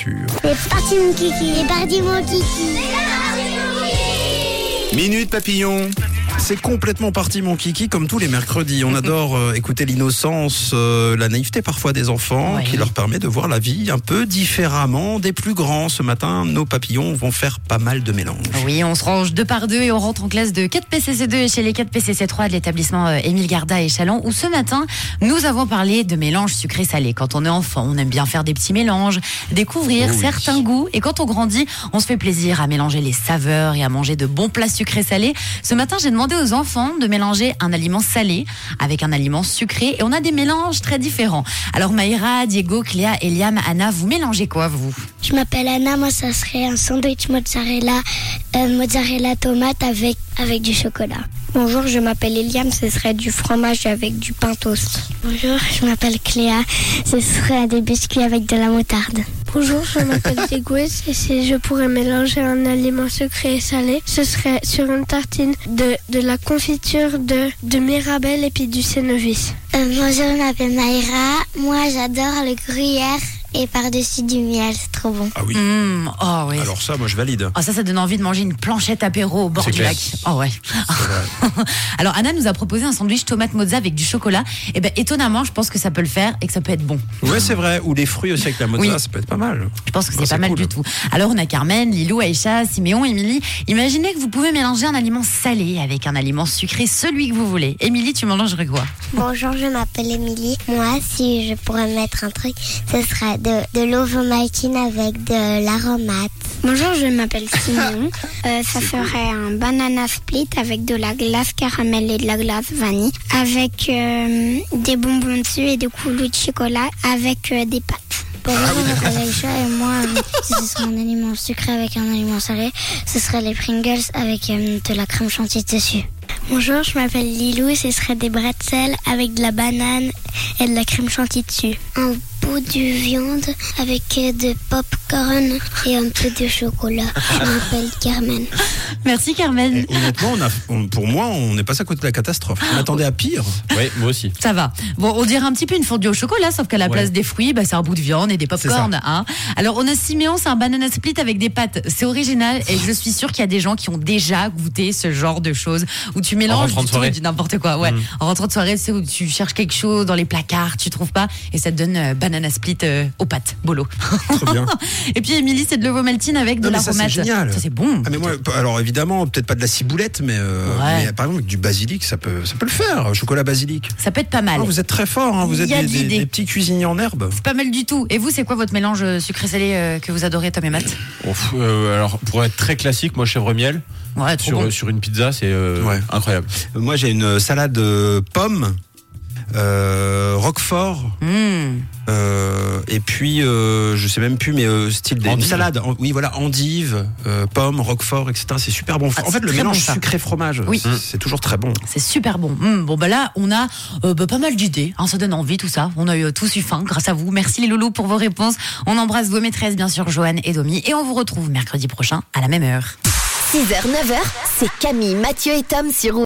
sûr. C'est parti mon kiki, c'est parti mon kiki. Minute Papillon. C'est complètement parti mon kiki, comme tous les mercredis. On adore écouter l'innocence, la naïveté parfois des enfants, qui leur permet de voir la vie un peu différemment des plus grands. Ce matin, nos papillons vont faire pas mal de mélanges. Oui, on se range 2 par 2 et on rentre en classe de 4 PCC2 et chez les 4 PCC3 de l'établissement Émile Garda et Chalon, où ce matin, nous avons parlé de mélanges sucré-salé. Quand on est enfant, on aime bien faire des petits mélanges, découvrir certains goûts. Et quand on grandit, on se fait plaisir à mélanger les saveurs et à manger de bons plats sucrés-salés. Ce matin, j'ai demandé aux enfants de mélanger un aliment salé avec un aliment sucré et on a des mélanges très différents. Alors Maïra, Diego, Cléa, Eliam, Anna, vous mélangez quoi vous ? Je m'appelle Anna, moi ça serait un sandwich mozzarella tomate avec du chocolat. Bonjour, je m'appelle Eliam, ce serait du fromage avec du pain toast. Bonjour, je m'appelle Cléa, ce serait des biscuits avec de la moutarde. Bonjour, je m'appelle Diego et si je pourrais mélanger un aliment sucré et salé, ce serait sur une tartine de la confiture de Mirabelle et puis du Cénovis. Bonjour, je m'appelle Maïra, moi j'adore le gruyère et par-dessus du miel, c'est trop bon. Ah oui. Oh oui. Alors ça, moi je valide. Oh, ça donne envie de manger une planchette apéro au bord du lac. Oh ouais. Alors Anna nous a proposé un sandwich tomate mozza avec du chocolat. Et ben étonnamment, je pense que ça peut le faire et que ça peut être bon. Ouais, c'est vrai. Ou les fruits aussi avec la mozza, ça peut être pas mal. Je pense que c'est pas mal du tout. Alors on a Carmen, Lilou, Aïcha, Siméon, Émilie. Imaginez que vous pouvez mélanger un aliment salé avec un aliment sucré, celui que vous voulez. Émilie, tu mélangerais quoi ? Bonjour, je m'appelle Émilie. Moi, si je pourrais mettre un truc, ce serait de l'ovomaltine avec de l'aromate. Bonjour, je m'appelle Simon. Ça serait un banana split avec de la glace caramel et de la glace vanille, avec des bonbons dessus et des coulis de chocolat avec des pâtes. Bonjour, je m'appelle Aïcha et moi, si ce serait un aliment sucré avec un aliment salé, ce serait les Pringles avec de la crème chantilly dessus. Bonjour, je m'appelle Lilou et ce serait des bretzels avec de la banane et de la crème chantilly dessus. Un bout de viande avec de popcorn et un peu de chocolat. Je m'appelle Carmen. Merci Carmen. Et honnêtement, pour moi, on n'est pas à côté de la catastrophe. Je m'attendais à pire. Oui, moi aussi. Ça va. Bon, on dirait un petit peu une fondue au chocolat, sauf qu'à la place des fruits, c'est un bout de viande et des popcorn. Hein. Alors, on a Siméon, c'est un banana split avec des pâtes. C'est original et je suis sûre qu'il y a des gens qui ont déjà goûté ce genre de choses où tu mélanges du tout et du n'importe quoi. Ouais. En rentrant de soirée, c'est où tu cherches quelque chose dans les placards, tu trouves pas et ça te donne banana split aux pâtes. Bolo. Trop bien. Et puis, Émilie, c'est de l'ovomaltine avec de l'aromate. Ça, c'est génial. Ça, c'est bon. Ah, mais moi, alors évidemment, peut-être pas de la ciboulette, mais par exemple, avec du basilic, ça peut le faire. Chocolat basilic. Ça peut être pas mal. Oh, vous êtes très fort, hein. Vous êtes des petits cuisiniers en herbe. C'est pas mal du tout. Et vous, c'est quoi votre mélange sucré-salé que vous adorez, Tom et Matt ? Alors, pour être très classique, moi, chèvre-miel. Ouais, sur une pizza, c'est incroyable. Moi, j'ai une salade pommes, roquefort, et puis je sais même plus, mais style une salade. Oui, voilà, endive, pommes, roquefort, etc. C'est super bon. En fait, le mélange sucré fromage, c'est toujours très bon. C'est super bon. Bon là, on a pas mal d'idées. Hein, ça donne envie tout ça. On a tous eu faim grâce à vous. Merci les loulous pour vos réponses. On embrasse vos maîtresses, bien sûr, Joanne et Domi, et on vous retrouve mercredi prochain à la même heure. 6h, 9h, c'est Camille, Mathieu et Tom sur